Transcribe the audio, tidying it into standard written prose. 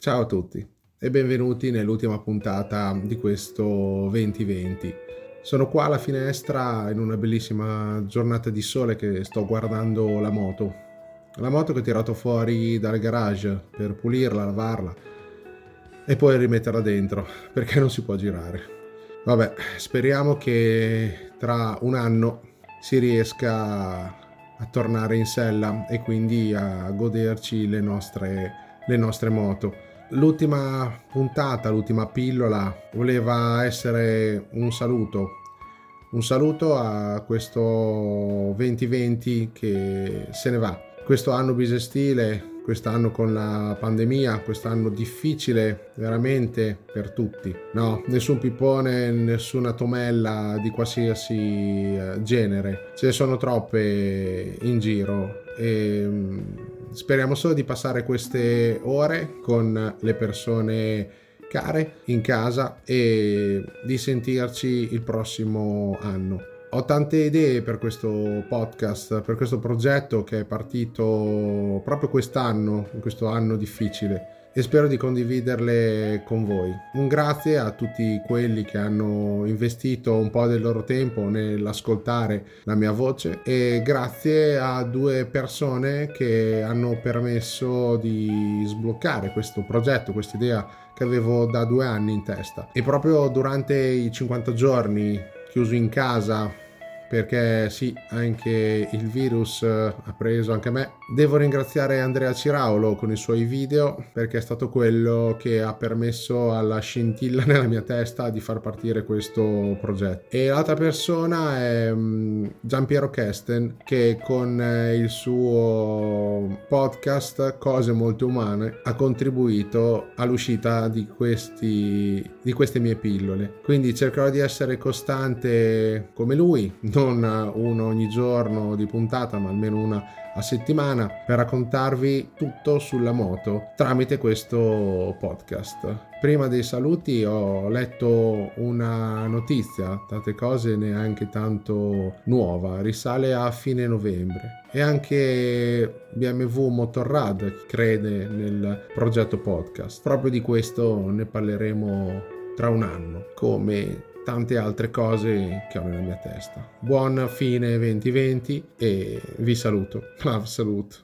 Ciao a tutti e benvenuti nell'ultima puntata di questo 2020. Sono qua alla finestra in una bellissima giornata di sole che sto guardando la moto. La moto che ho tirato fuori dal garage per pulirla, lavarla e poi rimetterla dentro perché non si può girare. Vabbè, speriamo che tra un anno si riesca a tornare in sella e quindi a goderci le nostre moto. L'ultima puntata, l'ultima pillola voleva essere un saluto a questo 2020 che se ne va. Questo anno bisestile, quest'anno con la pandemia, quest'anno difficile veramente per tutti. No, nessun pippone, nessuna tomella di qualsiasi genere. Ce ne sono troppe in giro e speriamo solo di passare queste ore con le persone care in casa e di sentirci il prossimo anno. Ho tante idee per questo podcast, per questo progetto che è partito proprio quest'anno, in questo anno difficile, e spero di condividerle con voi. Un grazie a tutti quelli che hanno investito un po' del loro tempo nell'ascoltare la mia voce e grazie a due persone che hanno permesso di sbloccare questo progetto, questa idea che avevo da 2 anni in testa. E proprio durante i 50 giorni chiuso in casa, perché sì, anche il virus ha preso anche me, devo ringraziare Andrea Ciraulo con i suoi video, perché è stato quello che ha permesso alla scintilla nella mia testa di far partire questo progetto. E l'altra persona è Giampiero Kesten, che con il suo podcast Cose Molto Umane ha contribuito all'uscita di queste mie pillole. Quindi cercherò di essere costante come lui, non uno ogni giorno di puntata, ma almeno una a settimana, per raccontarvi tutto sulla moto tramite questo podcast. Prima dei saluti ho letto una notizia, tante cose neanche tanto nuova, risale a fine novembre, e anche BMW Motorrad crede nel progetto podcast. Proprio di questo ne parleremo tra un anno, come tante altre cose che ho nella mia testa. Buon fine 2020 e vi saluto. Saluto.